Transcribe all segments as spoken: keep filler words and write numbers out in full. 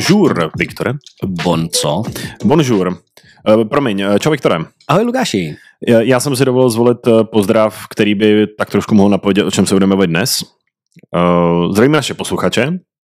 Bonjour, Viktore. Bon co? Bonjour. Uh, promiň, čau Viktore. Ahoj Lukáši. Já, já jsem si dovolil zvolit pozdrav, který by tak trošku mohl napovědět, o čem se budeme bavit dnes. Uh, zdravíme naše posluchače.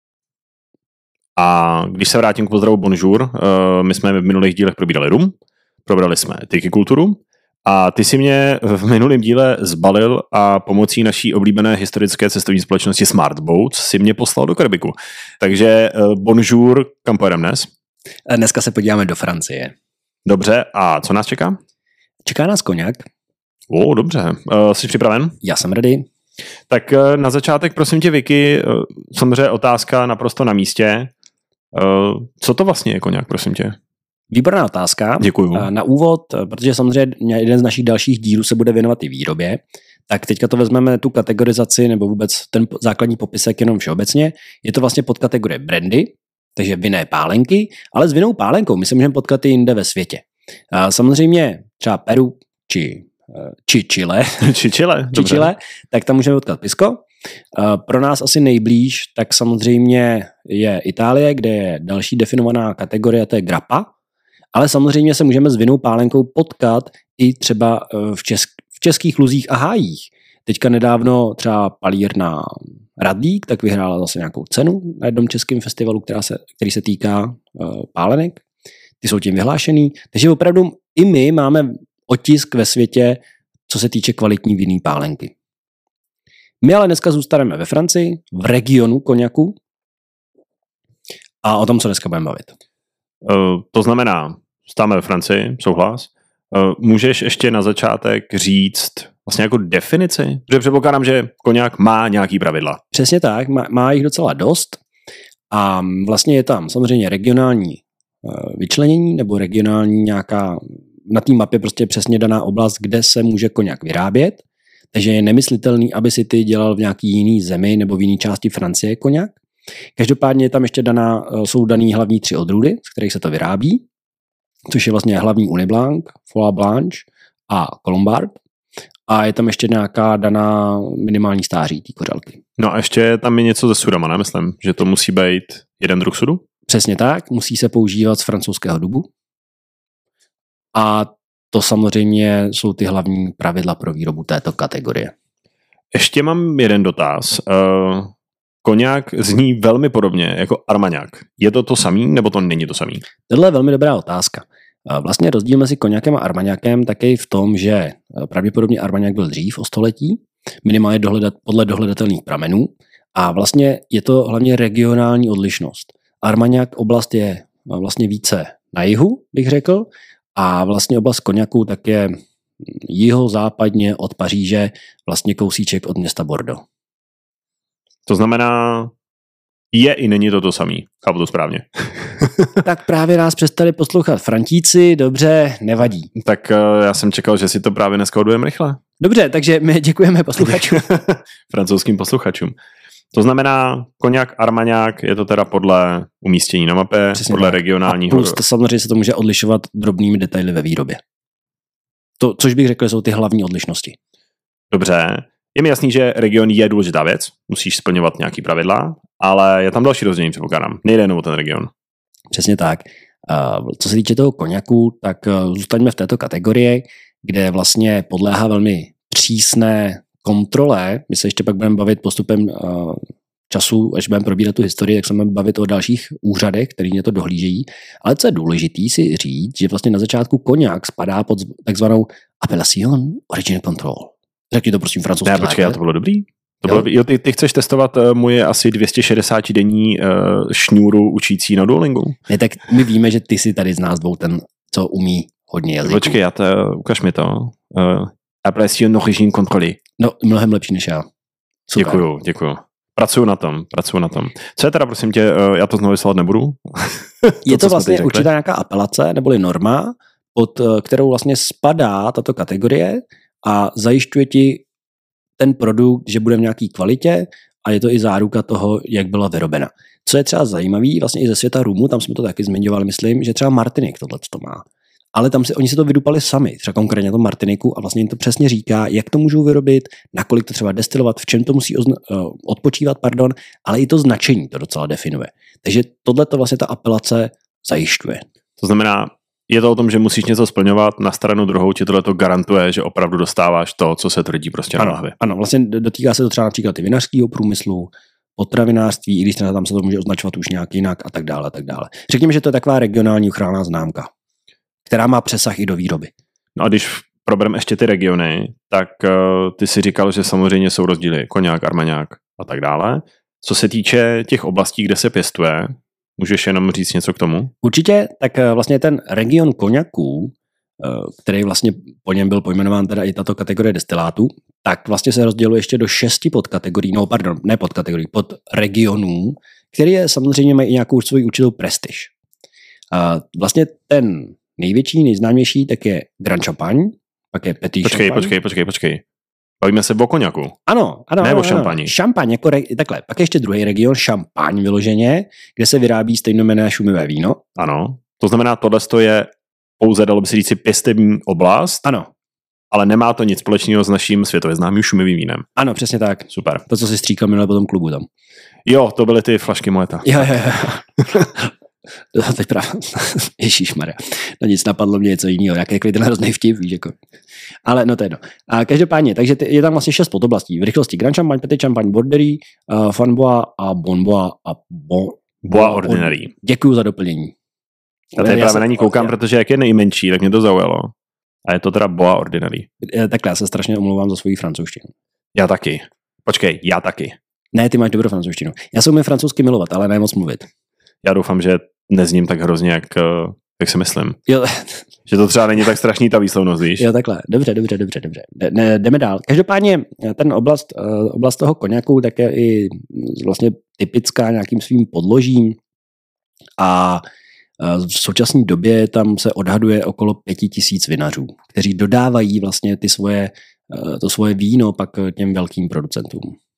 A když se vrátím k pozdravu Bonjour, uh, my jsme v minulých dílech probírali rum, probrali jsme tiki kulturu a ty si mě v minulém díle zbalil a pomocí naší oblíbené historické cestovní společnosti Smart Boats si mě poslal do Karibiku. Takže uh, Bonjour, kam pojedeme dnes? Dneska se podíváme do Francie. Dobře, a co nás čeká? Čeká nás koňak. O, dobře. Uh, jsi připraven? Já jsem ready. Tak uh, na začátek, prosím tě, Vicky, uh, samozřejmě otázka naprosto na místě. Uh, co to vlastně je koňak, prosím tě? Výborná otázka. Děkuju. Na úvod, protože samozřejmě jeden z našich dalších dílů se bude věnovat i výrobě, tak teďka to vezmeme tu kategorizaci nebo vůbec ten základní popisek jenom všeobecně. Je to vlastně podkategorie brandy, takže vinné pálenky, ale s vinnou pálenkou my se můžeme potkat i jinde ve světě. A samozřejmě třeba Peru či, či Chile, či Chile, či Chile, tak tam můžeme potkat pisco. Pro nás asi nejblíž, tak samozřejmě je Itálie, kde je další definovaná kategorie, to je grappa, ale samozřejmě se můžeme s vinnou pálenkou potkat i třeba v, česk- v českých luzích a hájích. Teďka nedávno třeba palírna Radlík, tak vyhrála zase nějakou cenu na jednom českém festivalu, která se, který se týká uh, pálenek. Ty jsou tím vyhlášený. Takže opravdu i my máme otisk ve světě, co se týče kvalitní vinné pálenky. My ale dneska zůstaneme ve Francii, v regionu koňaku a o tom, co dneska budeme bavit. Uh, to znamená, stáme ve Francii, souhlas. Uh, můžeš ještě na začátek říct vlastně jako definici? Protože předpokládám, že koňak má nějaký pravidla. Přesně tak, má, má jich docela dost a vlastně je tam samozřejmě regionální vyčlenění nebo regionální nějaká, na té mapě prostě přesně daná oblast, kde se může koňak vyrábět, takže je nemyslitelný, aby si ty dělal v nějaký jiný zemi nebo v jiné části Francie koňak. Každopádně je tam ještě daná, jsou daný hlavní tři odrůdy, z kterých se to vyrábí, což je vlastně hlavní Uniblanc, Folie Blanche a Colombard. A je tam ještě nějaká daná minimální stáří té kořalky. No a ještě tam je něco se sudama, ne? Myslím, že to musí být jeden druh sudu? Přesně tak, musí se používat z francouzského dubu. A to samozřejmě jsou ty hlavní pravidla pro výrobu této kategorie. Ještě mám jeden dotaz. Uh, koňak zní velmi podobně jako armagnac. Je to to samý, nebo to není to samý? Tohle je velmi dobrá otázka. Vlastně rozdíl mezi koňakem a armagnacem také v tom, že pravděpodobně armagnac byl dřív o století, minimálně dohledat, podle dohledatelných pramenů, a vlastně je to hlavně regionální odlišnost. Armagnac oblast je vlastně více na jihu, bych řekl, a vlastně oblast koňaku tak je jihozápadně od Paříže, vlastně kousíček od města Bordeaux. To znamená, je i není to to samý. Chápu to správně. Tak právě nás přestali poslouchat Frantíci, dobře, nevadí. Tak uh, já jsem čekal, že si to právě dneska odujeme rychle. Dobře, takže my děkujeme posluchačům. Francouzským posluchačům. To znamená, koňak, armagnac, je to teda podle umístění na mapě, přesně podle tak. Regionálního. A plus to samozřejmě se to může odlišovat drobnými detaily ve výrobě. To, což bych řekl, jsou ty hlavní odlišnosti. Dobře. Je mi jasný, že region je důležitá věc, musíš splňovat nějaký pravidla, ale je tam další rozdělení, předpokládám. Nejde jenom o ten region. Přesně tak. Co se týče toho koňaku, tak zůstaňme v této kategorii, kde vlastně podléhá velmi přísné kontrole. My se ještě pak budeme bavit postupem času, až budeme probírat tu historii, tak se budeme bavit o dalších úřadech, který mě to dohlížejí. Ale co je důležitý si říct, že vlastně na začátku koňak spadá pod takzvanou Appellation Origin Control. Řekni to prosím francouzsky. Ne, počkej, to bylo dobrý. To bylo, jo, ty, ty chceš testovat uh, moje asi dvě stě šedesát denní uh, šňůru učící na Duolingu? Ne, tak my víme, že ty jsi tady z nás dvou ten, co umí hodně jazyků. Počkej, já to, ukaž mi to. Uh, Appellation Origin Control. No, mnohem lepší než já. Super. Děkuju, děkuju. Pracuju na tom, pracuju na tom. Co je teda, prosím tě, uh, já to znovu vyslat nebudu? to, je to vlastně určitá nějaká apelace, neboli norma, pod uh, kterou vlastně spadá tato kategorie a zajišťuje ti ten produkt, že bude v nějaké kvalitě a je to i záruka toho, jak byla vyrobena. Co je třeba zajímavý, vlastně i ze světa rumu, tam jsme to taky zmiňovali, myslím, že třeba Martinique tohle to má. ale tam si, oni si to vydupali sami, třeba konkrétně to Martiniku a vlastně jim to přesně říká, jak to můžou vyrobit, nakolik to třeba destilovat, v čem to musí ozna- uh, odpočívat, pardon, ale i to značení to docela definuje. Takže tohle to vlastně ta apelace zajišťuje. To znamená, je to o tom, že musíš něco splňovat, na stranu druhou ti tohle to garantuje, že opravdu dostáváš to, co se tvrdí prostě na hlavě. Ano, vlastně dotýká se to třeba například i vinařského průmyslu, potravinářství, i když třeba tam se to může označovat už nějak jinak a tak dále, a tak dále. Řekněme, že to je taková regionální ochranná známka, která má přesah i do výroby. No a když probereme ještě ty regiony, tak uh, ty si říkal, že samozřejmě jsou rozdíly koňák, armaňák a tak dále. Co se týče těch oblastí, kde se pěstuje, můžeš jenom říct něco k tomu? Určitě, tak vlastně ten region koňaků, který vlastně po něm byl pojmenován teda i tato kategorie destilátů, tak vlastně se rozděluje ještě do šesti podkategorií, no pardon, ne podkategorií, pod regionů, který je samozřejmě mají i nějakou svoji určitou prestiž. Vlastně ten největší, nejznámější, tak je Grand Champagne, pak je Petit počkej, Champagne. Počkej, počkej, počkej. Bavíme se o koňaku. Ano, ano. Ne ano, o šampani. Šampaň, jako re, takhle. Pak je ještě druhý region, Šampaň vyloženě, kde se vyrábí stejnojmenné šumivé víno. Ano. To znamená, tohle je pouze, dalo by se říci, pěstební oblast. Ano. Ale nemá to nic společného s naším světově známým šumivým vínem. Ano, přesně tak. Super. To, co si stříkal minule po tom klubu tam. Jo, to byly ty flašky Moeta. Jo, jo, jo. Teď právě, ježíšmarja, no nic, napadlo mě něco jiného, jaký ten hrozný vtip, víš, jako. Ale no to je jedno. A každopádně, takže je tam vlastně šest podoblastí. V rychlosti Grand Champagne, Petit Champagne, Borderie, uh, Fanbois a Bonbois a bon, Bois Ordinary. Děkuju za doplnění. A tady Já právě se- na ní koukám, já- protože jak je nejmenší, tak mě to zaujalo. A je to teda Bois Ordinary. Takhle, já se strašně omlouvám za svoji francouzštinu. Já taky. Počkej, já taky. Ne, ty máš dobrou francouzštinu. Já se umím francouzsky milovat, ale ne moc mluvit. Já doufám, že nezním tak hrozně, jak, eh, jak si myslím. Jo, Že to třeba není tak strašný ta výslovnost, víš? jo takhle. Dobře, dobře, dobře, dobře. D- ne, jdeme dál. Každopádně ten oblast, eh, oblast toho koněku tak je i vlastně typická nějakým svým podložím a eh, v současné době tam se odhaduje okolo pěti tisíc vinařů, kteří dodávají vlastně ty svoje, eh, to svoje víno pak těm velkým producentům.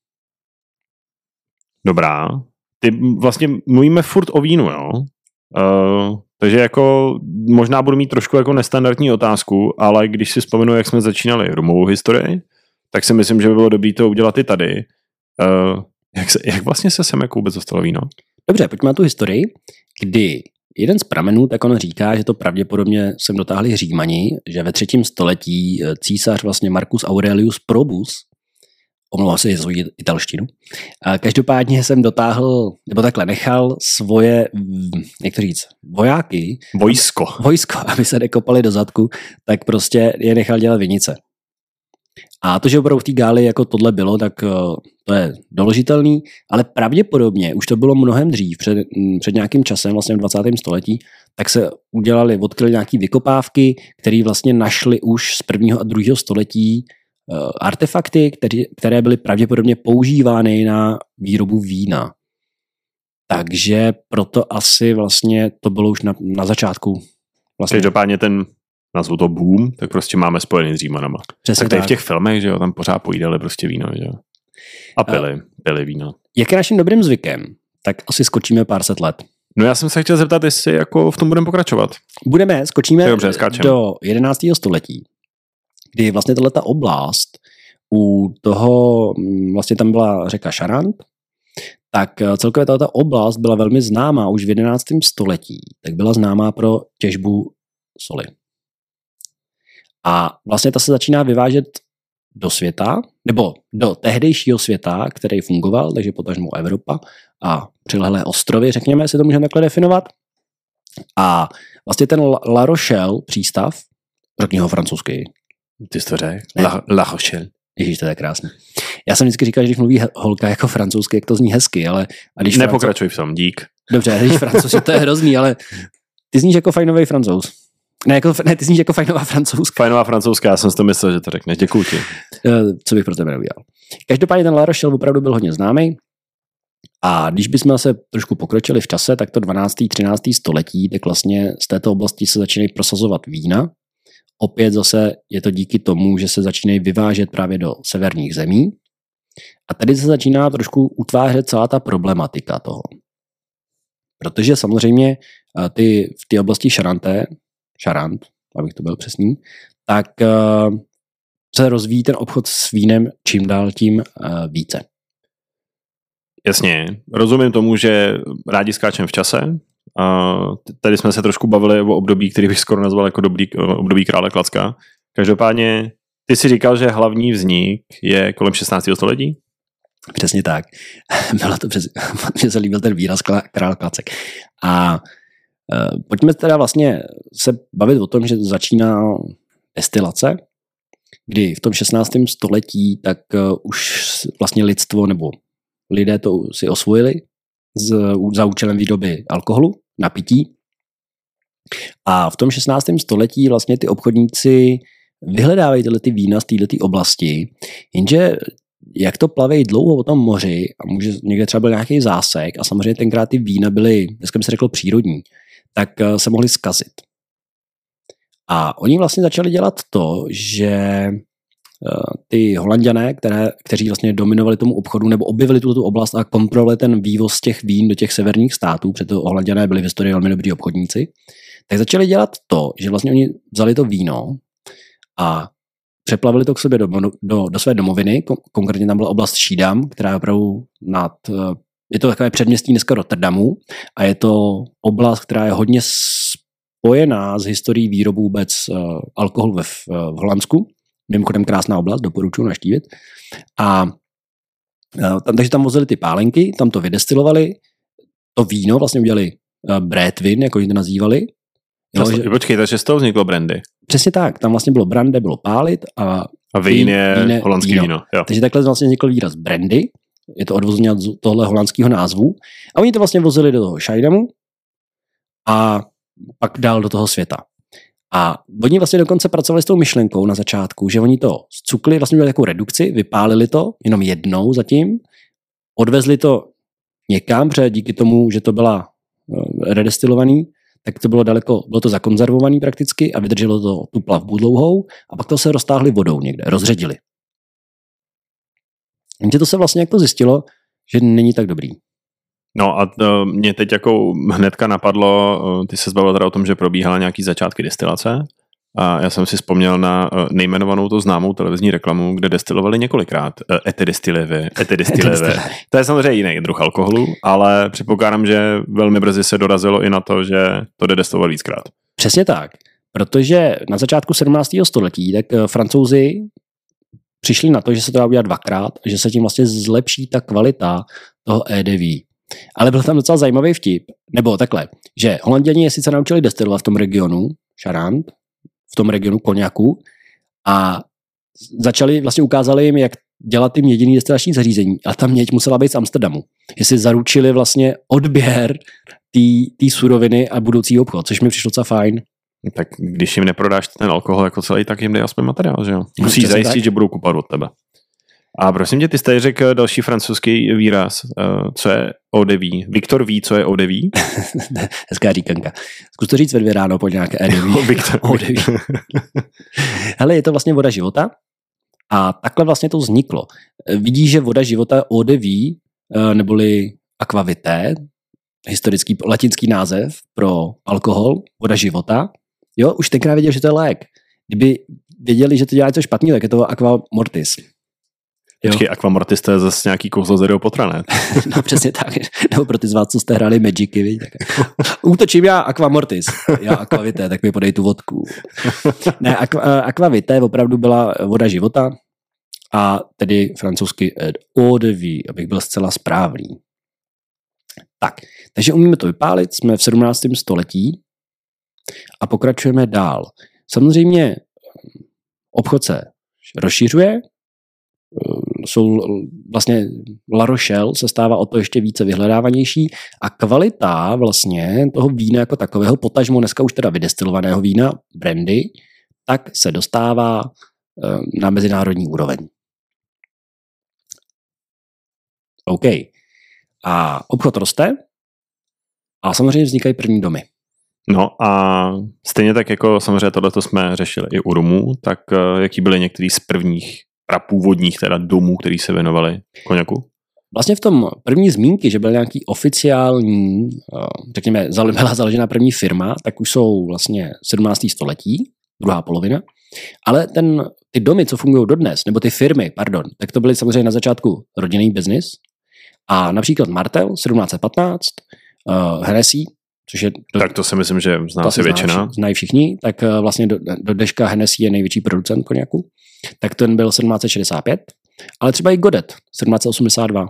Dobrá. Ty vlastně mluvíme furt o vínu, jo? Uh, takže jako možná budu mít trošku jako nestandardní otázku, ale když si vzpomenu, jak jsme začínali rumovou historii, tak si myslím, že by bylo dobré to udělat i tady. Uh, jak, se, jak vlastně se sem jako vůbec dostalo víno? Dobře, pojďme na tu historii, kdy jeden z pramenů, tak on říká, že to pravděpodobně sem dotáhli Římani, že ve třetím století císař vlastně Marcus Aurelius Probus, omlouvám se za svou italštinu, a každopádně jsem dotáhl, nebo takhle nechal svoje, jak to říct, vojáky, Vojsko. vojsko, aby se nekopali do zadku, tak prostě je nechal dělat vinice. A to, že opravdu v té Gálii jako tohle bylo, tak to je doložitelný, ale pravděpodobně už to bylo mnohem dřív, před, před nějakým časem, vlastně v dvacátém století, tak se udělali, odkryli nějaký vykopávky, které vlastně našly už z prvního a druhého století uh, artefakty, které, které byly pravděpodobně používány na výrobu vína. Takže proto asi vlastně to bylo už na, na začátku. Vlastně. Každopádně ten, nazvu to boom, tak prostě máme spojený s Římanama. Přesně tak tady tak. v těch filmech, že jo, tam pořád pojídali prostě víno, že jo. A pili, a... pili víno. Jak je naším dobrým zvykem, tak asi skočíme pár set let. No já jsem se chtěl zeptat, jestli jako v tom budeme pokračovat. Budeme, skočíme Dobře, skáčem. do jedenáctého století, kdy vlastně tato oblast u toho, vlastně tam byla řeka Charente, tak celkově tato oblast byla velmi známá už v jedenáctém století, tak byla známá pro těžbu soli. A vlastně ta se začíná vyvážet do světa, nebo do tehdejšího světa, který fungoval, takže potažmo Evropa a přilehlé ostrovy, řekněme, jestli to můžeme takhle definovat. A vlastně ten La Rochelle přístav, řekni ho francouzsky. Ty jsi to řekl? La, La Rochelle. Ježíš, to je krásné. Já jsem vždycky říkal, že když mluví holka jako francouzsky, jak to zní hezky, ale... A když Nepokračuj v tom, dík. Dobře, když francouzsky, to je hrozný, ale ty zníš jako fajnový Francouz. Ne, jako, ne, ty zníš jako fajnová francouzská. Fajnová francouzská, já jsem si to myslel, že to řekneš. Děkuju ti. Co bych pro tebe neudělal. Každopádně ten La Rochelle opravdu byl hodně známý. A když bychom se trošku pokročili v čase, tak to dvanácté třinácté století, tak vlastně z této oblasti se začínají prosazovat vína. Opět zase je to díky tomu, že se začínají vyvážet právě do severních zemí. A tady se začíná trošku utvářet celá ta problematika toho. Protože samozřejmě ty v té oblasti Charente, Charente, abych to byl přesný, tak se rozvíjí ten obchod s vínem čím dál tím více. Jasně, rozumím tomu, že rádi skáčem v čase. Tady jsme se trošku bavili o období, který bych skoro nazval jako dobrý, období krále Klacka. Každopádně ty si říkal, že hlavní vznik je kolem šestnáctého století? Přesně tak. Bylo to přes... Mně se líbil ten výraz král Klacek. A uh, pojďme teda vlastně se bavit o tom, že začíná destilace, kdy v tom šestnáctém století tak uh, už vlastně lidstvo nebo lidé to si osvojili z, za účelem výroby alkoholu na pití. A v tom šestnáctém století vlastně ty obchodníci vyhledávají tyhle ty vína z této oblasti, jenže jak to plavejí dlouho o tom moři a může někde třeba byl nějaký zásek a samozřejmě tenkrát ty vína byly, dneska by se řeklo přírodní, tak se mohly zkazit. A oni vlastně začali dělat to, že ty Holanďané, které, kteří vlastně dominovali tomu obchodu nebo objevili tuto oblast a kontrolovali ten vývoz těch vín do těch severních států, protože Holanďané byli v historii velmi dobří obchodníci, tak začali dělat to, že vlastně oni vzali to víno a přeplavili to k sobě do, do, do své domoviny, konkrétně tam byla oblast Schiedam, která je opravdu nad, je to takové předměstí dneska Rotterdamu a je to oblast, která je hodně spojená s historií výrobu vůbec alkoholu ve, v Holandsku. Mimochodem krásná oblast, doporučuji navštívit. A tam, takže tam vozili ty pálenky, tam to vydestilovali, to víno vlastně udělali Brétvin, jako oni to nazývali. Jo, že... Počkej, takže z toho vzniklo brandy. Přesně tak, tam vlastně bylo brandy, bylo pálit a, a vín je víne, holandský víno. víno jo. Takže takhle vlastně vznikl výraz brandy, je to odvozené od tohle holandského názvu. A oni to vlastně vozili do toho Scheidamu a pak dál do toho světa. A oni vlastně dokonce pracovali s tou myšlenkou na začátku, že oni to zcukli, vlastně měli takovou redukci, vypálili to jenom jednou zatím, odvezli to někam, protože díky tomu, že to byla redestilovaný, tak to bylo daleko, bylo to zakonzervovaný prakticky a vydrželo to tu plavbu dlouhou a pak to se roztáhli vodou někde, rozředili. Jenže to se vlastně jako zjistilo, že není tak dobrý. No a to mě teď jako hnedka napadlo, ty se zbavil teda o tom, že probíhala nějaký začátky destilace a já jsem si vzpomněl na nejmenovanou to známou televizní reklamu, kde destilovali několikrát etedistilive, etedistilive. To je samozřejmě jiný druh alkoholu, ale předpokládám, že velmi brzy se dorazilo i na to, že to jde destilovat víckrát. Přesně tak, protože na začátku sedmnáctého století tak Francouzi přišli na to, že se to dá udělat dvakrát, že se tím vlastně zlepší ta kvalita toho eau. Ale byl tam docela zajímavý vtip, nebo takhle, že Holanděni je sice naučili destilovat v tom regionu, Charente, v tom regionu koněku a začali, vlastně ukázali jim, jak dělat tím jediný destilační zařízení, ale ta měď musela být z Amsterdamu. Jestli zaručili vlastně odběr té suroviny a budoucí obchod, což mi přišlo docela fajn. Tak když jim neprodáš ten alkohol jako celý, tak jim dej aspoň materiál, že jo? Musíš no, zajistit, tak, že budou kupovat od tebe. A prosím tě, ty jsi tady řekl další francouzský výraz, co je eau de vie. Viktor ví, co je eau de vie? Hezká říkanka. Zkus to říct ve dvě ráno po nějaké eau de vie. Hele, je to vlastně voda života a takhle vlastně to vzniklo. Vidíš, že voda života eau de vie, neboli aqua vitae, historický latinský název pro alkohol, voda života, jo, už tenkrát věděl, že to je lék. Kdyby věděli, že to dělá něco špatného, tak je to aqua mortis. Počkej, Aqua Mortis, to je zase nějaký kouzlo z Harryho Pottera, ne? No přesně tak. Nebo pro ty z vás, co jste hráli Magicy, víš? Tak útočím já Aqua Mortis. Já Aqua Vitae, tak mi podej tu vodku. Ne, Aqua, Aqua Vitae opravdu byla voda života a tedy francouzsky eau de vie, abych byl zcela správný. Tak, takže umíme to vypálit, jsme v sedmnáctém století a pokračujeme dál. Samozřejmě obchod se rozšiřuje, jsou vlastně La Rochelle se stává o to ještě více vyhledávanější a kvalita vlastně toho vína jako takového, potažmo dneska už teda vydestilovaného vína, brandy, tak se dostává na mezinárodní úroveň. OK. A obchod roste a samozřejmě vznikají první domy. No a stejně tak jako samozřejmě tohleto jsme řešili i u rumu, tak jaký byly některý z prvních prapůvodních teda domů, který se věnovali koněku? Vlastně v tom první zmínky, že byl nějaký oficiální, řekněme, byla založena první firma, tak už jsou vlastně sedmnáctého století druhá polovina. Ale ten, ty domy, co fungují dodnes, nebo ty firmy, pardon, tak to byly samozřejmě na začátku rodinný biznis. A například Martel sedmnáct patnáct, uh, Hennessy, což je... Do, tak to si myslím, že zná si většina. Zná, znají všichni, tak uh, vlastně do, do dneška Hennessy je největší producent koněku. Tak ten byl sedmnáct šedesát pět, ale třeba i Godet sedmnáct osmdesát dva.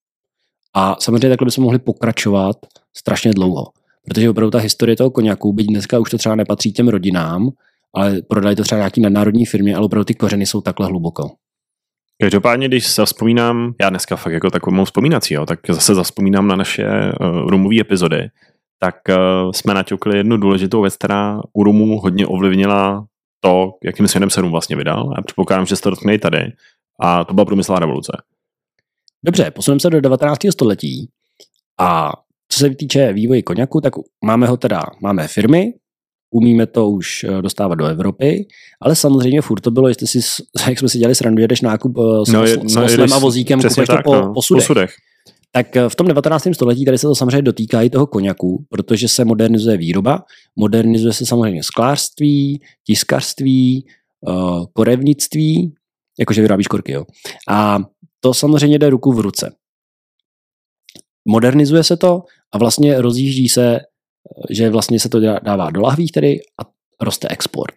A samozřejmě takhle bychom mohli pokračovat strašně dlouho. Protože opravdu ta historie toho koněku, byť dneska už to třeba nepatří těm rodinám, ale prodali to třeba nějaký nadnárodní firmě, ale opravdu ty kořeny jsou takhle hluboko. Každopádně, když se vzpomínám, já dneska fakt jako takovou vzpomínací, jo, tak zase zavzpomínám na naše uh, rumové epizody, tak uh, jsme naťukli jednu důležitou věc, která u rumů hodně ovlivnila to, jakým směrem se rum vlastně vydal. A předpokládám, že jste to dotkne tady. A to byla průmyslová revoluce. Dobře, posuneme se do devatenáctého století a co se týče vývoje koněku, tak máme ho teda, máme firmy, umíme to už dostávat do Evropy, ale samozřejmě furt to bylo, jestli si, jak jsme si dělali srandu, jedeš nákup s, no, je, s no, oslem a vozíkem, kupuješ to po, no, po sudech. po sudech. Tak v tom devatenáctém století tady se to samozřejmě dotýká i toho koněku, protože se modernizuje výroba, modernizuje se samozřejmě sklářství, tiskařství, korevnictví, jakože vyrábíš korky, jo. A to samozřejmě jde ruku v ruce. Modernizuje se to a vlastně rozjíždí se, že vlastně se to dává do lahví tedy a roste export.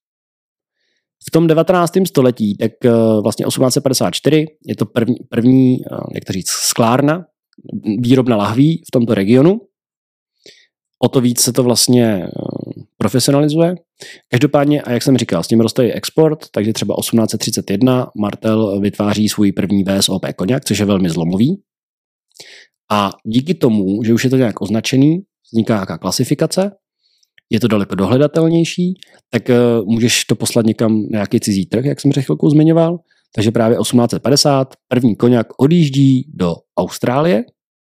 V tom devatenáctém století, tak vlastně osmnáct padesát čtyři, je to první, první, jak to říct, sklárna, výrobna lahví v tomto regionu. O to víc se to vlastně profesionalizuje. Každopádně, a jak jsem říkal, s tím roste i export, takže třeba osmnáct třicet jedna Martel vytváří svůj první V S O P koněk, což je velmi zlomový. A díky tomu, že už je to nějak označený, vzniká nějaká klasifikace, je to daleko dohledatelnější, tak uh, můžeš to poslat někam na nějaký cizí trh, jak jsem před chvilkou zmiňoval. Takže právě osmnáct padesát první koněk odjíždí do Austrálie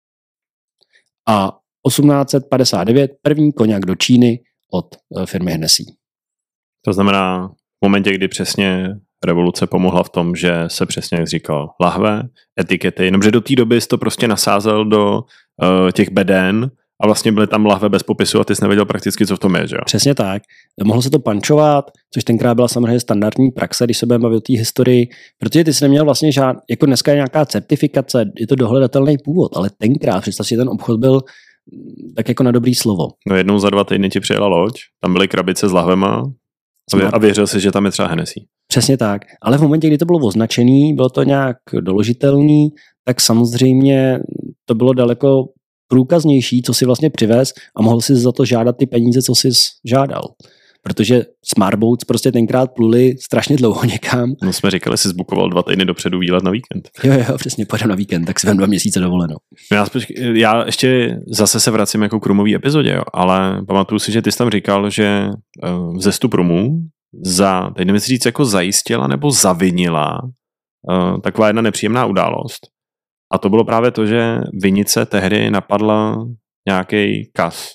a osmnáct padesát devět první koněk do Číny od uh, firmy Hennessy. To znamená v momentě, kdy přesně revoluce pomohla v tom, že se přesně, jak říkal, lahve, etikety, jenomže do té doby jsi to prostě nasázel do uh, těch beden a vlastně byly tam lahve bez popisu a ty jsi nevěděl prakticky, co v tom je, že jo? Přesně tak. Mohlo se to pančovat, což tenkrát byla samozřejmě standardní praxe, když se budeme bavit o té historii, protože ty jsi neměl vlastně žád, jako dneska je nějaká certifikace, je to dohledatelný původ, ale tenkrát, představ si, ten obchod byl tak jako na dobrý slovo. No jednou za dva týdny ti přijela loď, tam byly krabice s lahvema a věřil si, že tam je třeba Hennessy. Přesně tak. Ale v momentě, kdy to bylo označený, bylo to nějak doložitelný, tak samozřejmě to bylo daleko průkaznější, co si vlastně přivez a mohl si za to žádat ty peníze, co jsi žádal. Protože Smartboats prostě tenkrát pluli strašně dlouho někam. No jsme říkali, jsi zbukoval dva týdny dopředu výlet na víkend. Jo, jo, přesně, pojedem na víkend, tak si vem dva měsíce dovolenou. Já, já ještě zase se vracím jako k rumový epizodě, jo, ale pamatuju si, že ty jsi tam říkal, že vzestup rumů za, teď nevím, říct, jako zajistila nebo zavinila uh, taková jedna nepříjemná událost. A to bylo právě to, že vinice tehdy napadla nějaký kas.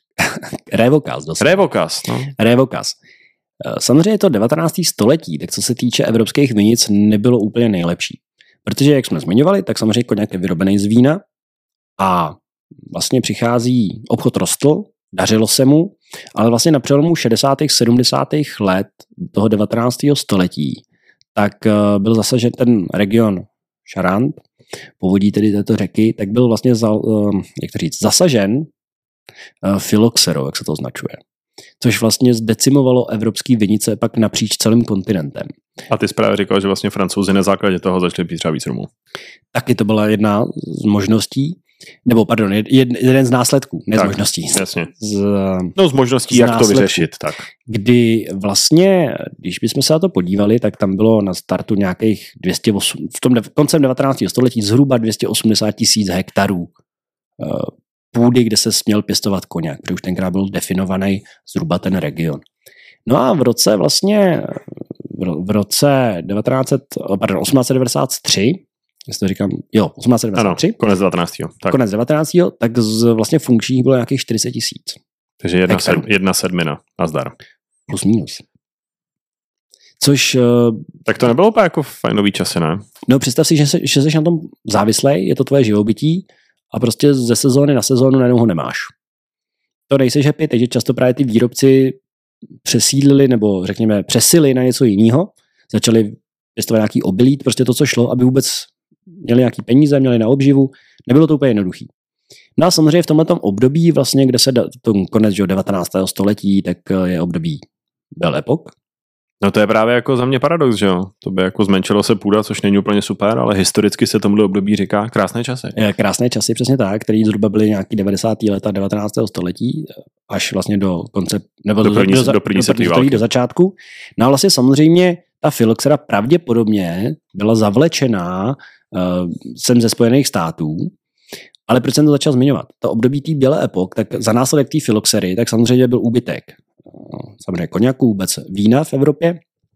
Révokas. Révokas, no. Révokas. Samozřejmě to devatenácté století, tak co se týče evropských vinic, nebylo úplně nejlepší. Protože, jak jsme zmiňovali, tak samozřejmě koněk je vyrobený z vína a vlastně přichází, obchod rostl, dařilo se mu, ale vlastně na přelomu šedesátých sedmdesátých let toho devatenáctého století tak byl zasažen ten region Charente, povodí tedy této řeky, tak byl vlastně za, jak to říct, zasažen filoxerou, jak se to označuje. Což vlastně zdecimovalo evropský vinice pak napříč celým kontinentem. A ty jsi právě říkal, že vlastně Francouzi na základě toho začali pít třeba víc rumu. Taky to byla jedna z možností, nebo pardon, jed, jeden z následků, ne tak, z možností. Jasně. Z, no z možností, z jak následků, to vyřešit. Tak. Kdy vlastně, když bychom se na to podívali, tak tam bylo na startu nějakých dvě stě osm, v tom koncem devatenáctého století zhruba dvě stě osmdesát tisíc hektarů uh, půdy, kde se směl pěstovat koněk, protože už tenkrát byl definovaný zhruba ten region. No a v roce vlastně, v roce devatenáct, pardon, osmnáct devadesát tři, jestli to říkám, jo, osmnáct devadesát tři. Ano, konec devatenáctého. Tak. Konec devatenáctého, tak z vlastně funkčních bylo nějakých čtyřicet tisíc. Takže jedna, sedm, jedna sedmina, nazdar. Plus minus. Což... Tak to nebylo úplně jako fajnový časy, ne? No představ si, že, se, že jsi na tom závislej, je to tvoje živobytí a prostě ze sezóny na sezónu najednou ho nemáš. To nejseš happy, takže často právě ty výrobci přesídlili nebo řekněme přesili na něco jiného, začali pěstovat nějaký obilí, prostě to, co šlo, aby vůbec měli nějaký peníze, měli na obživu, nebylo to úplně jednoduchý. No a samozřejmě v tomto období, vlastně, kde se to konec že, devatenáctého století, tak je období Belle Époque. No to je právě jako za mě paradox, že jo? To by jako zmenšilo se půda, což není úplně super, ale historicky se tomuhle období říká krásné časy. Krásné časy, přesně tak, které zhruba byly nějaký devadesátá léta devatenáctého století, až vlastně do konce, nebo do, první, do, do, do, první do, první do začátku. No a vlastně samozřejmě ta filoxera pravděpodobně byla zavlečená uh, sem ze Spojených států, ale proč jsem to začal zmiňovat? To období té Belle Époque, tak za následek té filoxery, tak samozřejmě byl úbytek samozřejmě koněku, vůbec vína v Evropě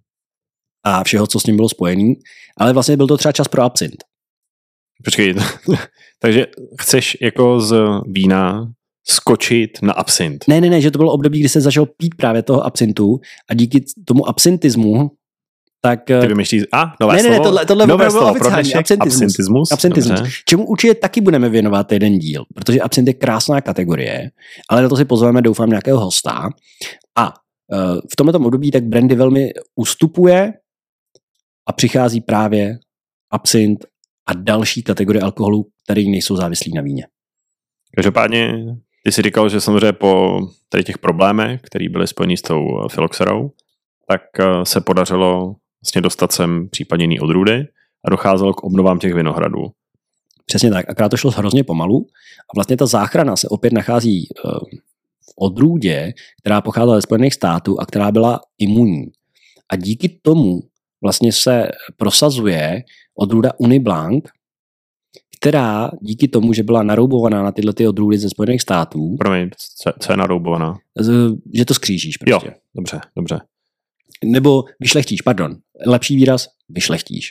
a všeho, co s ním bylo spojený, ale vlastně byl to třeba čas pro absint. Počkej, takže chceš jako z vína skočit na absint? Ne, ne, ne, že to bylo období, kdy se začal pít právě toho absintu a díky tomu absintismu tak... Ty vymýšlíš, a, nové ne, slovo? Ne, ne, tohle, tohle nové slovo pro dnešek, absintismus. Absintismus. absintismus. Čemu určitě taky budeme věnovat jeden díl, protože absint je krásná kategorie, ale na to si pozveme, doufám, nějakého hosta. A uh, v tomto období tak brandy velmi ustupuje a přichází právě absint a další kategorie alkoholů, které nejsou závislí na víně. Každopádně ty jsi říkal, že samozřejmě po tady těch problémech, které byly spojený s tou filoxerou, tak se podařilo vlastně dostat sem případně jiný odrůdy a docházelo k obnovám těch vinohradů. Přesně tak, akorát to šlo hrozně pomalu a vlastně ta záchrana se opět nachází v odrůdě, která pocházela ze Spojených států a která byla imunní. A díky tomu vlastně se prosazuje odrůda Uni Blanc, která díky tomu, že byla naroubovaná na tyhle ty odrůdy ze Spojených států. Promiň, co, co je naroubovaná? Že to skřížíš prostě. Jo, dobře, dobře. Nebo vyšlechtíš, pardon. Lepší výraz, vyšlechtíš.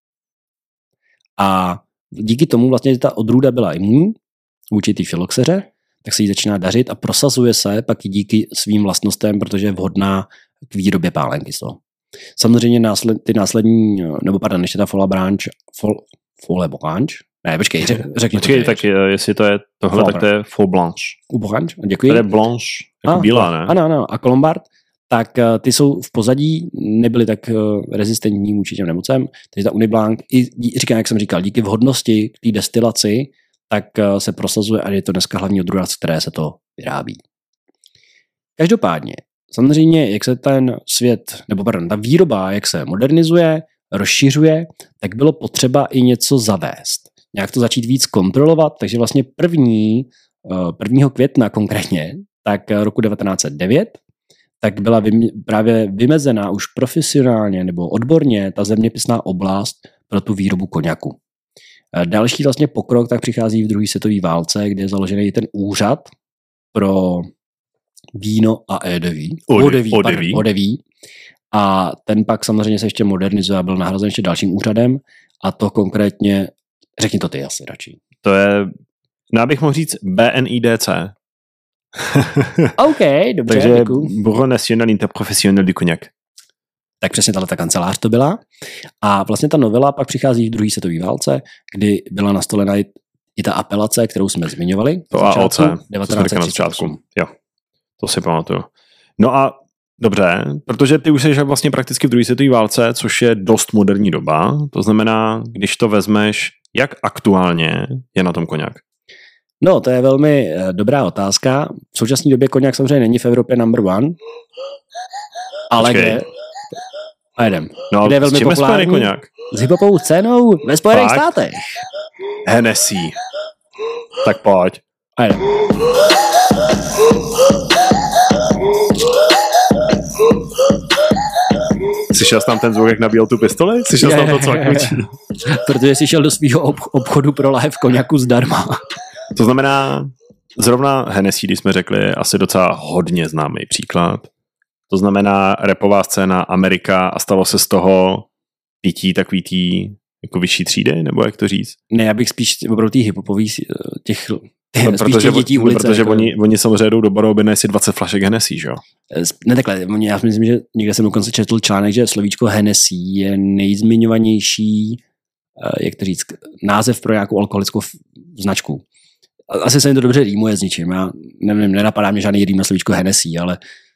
A díky tomu vlastně ta odrůda byla imunní vůči té filoxeře, tak se jí začíná dařit a prosazuje se pak i díky svým vlastnostem, protože je vhodná k výrobě pálenky z toho. Samozřejmě násled, ty následní, nebo pardon, ještě ta folle blanche, fol, folle blanche, ne, počkej, řek, řekni počkej, to. tak je, jestli to je tohle, tak to je folle blanche. U blanche, děkuji. To je blanche, jako a, bílá, ne? Ano, ano, a Colombard, tak uh, ty jsou v pozadí, nebyly tak uh, rezistentní vůči těm nemocem, takže ta Uni Blanc, i říkám, jak jsem říkal, díky vhodnosti k té destilaci, tak uh, se prosazuje a je to dneska hlavní odrůda, z které se to vyrábí. Každopádně, samozřejmě, jak se ten svět, nebo pardon, ta výroba, jak se modernizuje, rozšiřuje, tak bylo potřeba i něco zavést. Nějak to začít víc kontrolovat, takže vlastně první, uh, prvního května konkrétně, tak roku devatenáct set devět, tak byla vym, právě vymezená už profesionálně nebo odborně ta zeměpisná oblast pro tu výrobu koněku. Další vlastně pokrok tak přichází v druhé světové válce, kde je založený ten úřad pro víno a edeví. Odeví, odeví. odeví. A ten pak samozřejmě se ještě modernizuje a byl nahrazen ještě dalším úřadem a to konkrétně, řekni to ty asi radši. To je, já bych mohl říct B N I D C. OK, dobře, takže děkuju. Bureau National Interprofessionnel du Cognac. Tak přesně tato kancelář to byla. A vlastně ta novela pak přichází v druhé světové válce, kdy byla nastolena i ta apelace, kterou jsme zmiňovali. To A O C, to jsme na začátku. Jo, to si pamatuju. No a dobře, protože ty už jsi vlastně prakticky v druhé světové válce, což je dost moderní doba. To znamená, když to vezmeš, jak aktuálně je na tom koněk? No, to je velmi dobrá otázka. V současné době koněk samozřejmě není v Evropě number one, ale Počkej. kde... A jedem. No, kde je velmi s čím je spojený koněk? S hiphopovou cenou ve Spojených Fakt? státech. Hennessy. Tak pojď. A jedem. Slyšel jsi tam ten zvuk, jak nabíjel tu pistoli? Slyšel jsi tam to cvaknutí? Protože jsi šel do svého ob- obchodu pro lahev koněku zdarma. To znamená, zrovna Hennessy, když jsme řekli, je asi docela hodně známý příklad. To znamená rapová scéna Amerika a stalo se z toho pití takový tý jako vyšší třídy, nebo jak to říct? Ne, já bych spíš opravdu tý hiphopový těch, těch, no, spíš těch dětí ulice. Protože jako... oni, oni samozřejmě jdou do baru a objednají si dvacet flašek Hennessy, že jo? Ne takhle, já si myslím, že někde jsem dokonce četl článek, že slovíčko Hennessy je nejzmiňovanější, jak to říct, název pro nějakou alkoholickou značku. Asi se jim to dobře rýmuje s ničím. Já nevím, nenapadá mě žádný rým na slovíčko Hennessy, ale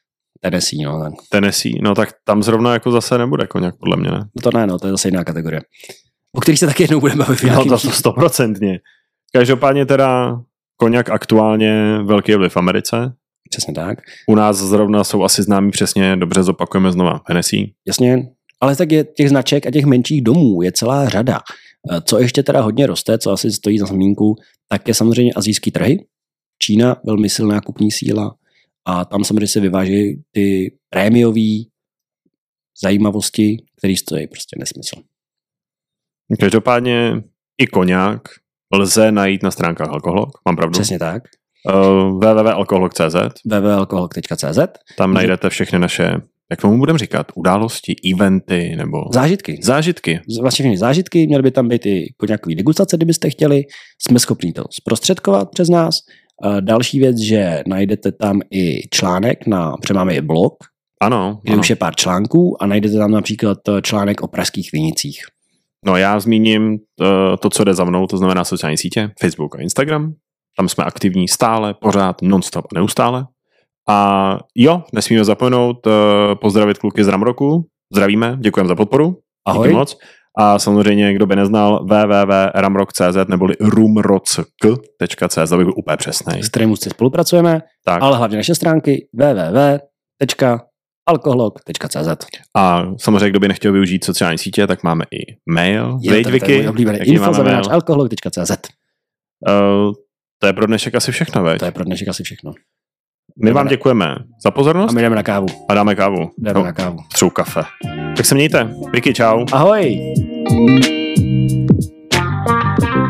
Tennessee, no. Tak. Tennessee, no tak tam zrovna jako zase nebude koněk, podle mě, ne? No to ne, no, to je zase jiná kategorie. O kterých se taky jednou budeme bavit. No to stoprocentně. Každopádně teda koněk aktuálně velký vliv v Americe. Přesně tak. U nás zrovna jsou asi známí přesně, dobře zopakujeme znova, Hennessy. Jasně, ale tak je těch značek a těch menších domů je celá řada. Co ještě teda hodně roste, co asi stojí za zmínku, tak je samozřejmě asijský trhy. Čína, velmi silná kupní síla a tam samozřejmě se vyváží ty prémiové zajímavosti, které stojí prostě nesmysl. Každopádně i koňák lze najít na stránkách Alkoholok, mám pravdu? Přesně tak. Uh, w w w tečka alkoholok tečka c z w w w tečka alkoholok tečka c z Tam najdete všechny naše, jak tomu budeme říkat, události, eventy nebo... Zážitky. Zážitky. Vlastně všechny zážitky, měly by tam být i koňákový degustace, kdybyste chtěli. Jsme schopni to zprostředkovat přes nás. A další věc, že najdete tam i článek, na, protože máme i blog, ano, kde ano. už je pár článků a najdete tam například článek o pražských vinicích. No já zmíním to, to, co jde za mnou, to znamená sociální sítě, Facebook a Instagram. Tam jsme aktivní stále, pořád, non-stop a neustále. A jo, nesmíme zapomenout uh, pozdravit kluky z Ramroku. Zdravíme, děkujeme za podporu. Ahoj. Díky moc. A samozřejmě, kdo by neznal, w w w tečka ramrock tečka c z neboli rumrock tečka c z, aby byl úplně přesnej. S kterým úzce spolupracujeme, Tak. ale hlavně naše stránky w w w tečka alkoholok tečka c z. A samozřejmě, kdo by nechtěl využít sociální sítě, tak máme i mail. Je to, to je můj oblíbený. info zavináč alkoholok tečka c z. Uh, to je pro dnešek asi všechno, veď? To je pro dnešek asi všechno. My vám děkujeme za pozornost. A my jdeme na kávu. A dáme kávu. Jdeme no, na kávu. Třu kafe. Tak se mějte. Vicky, čau. Ahoj.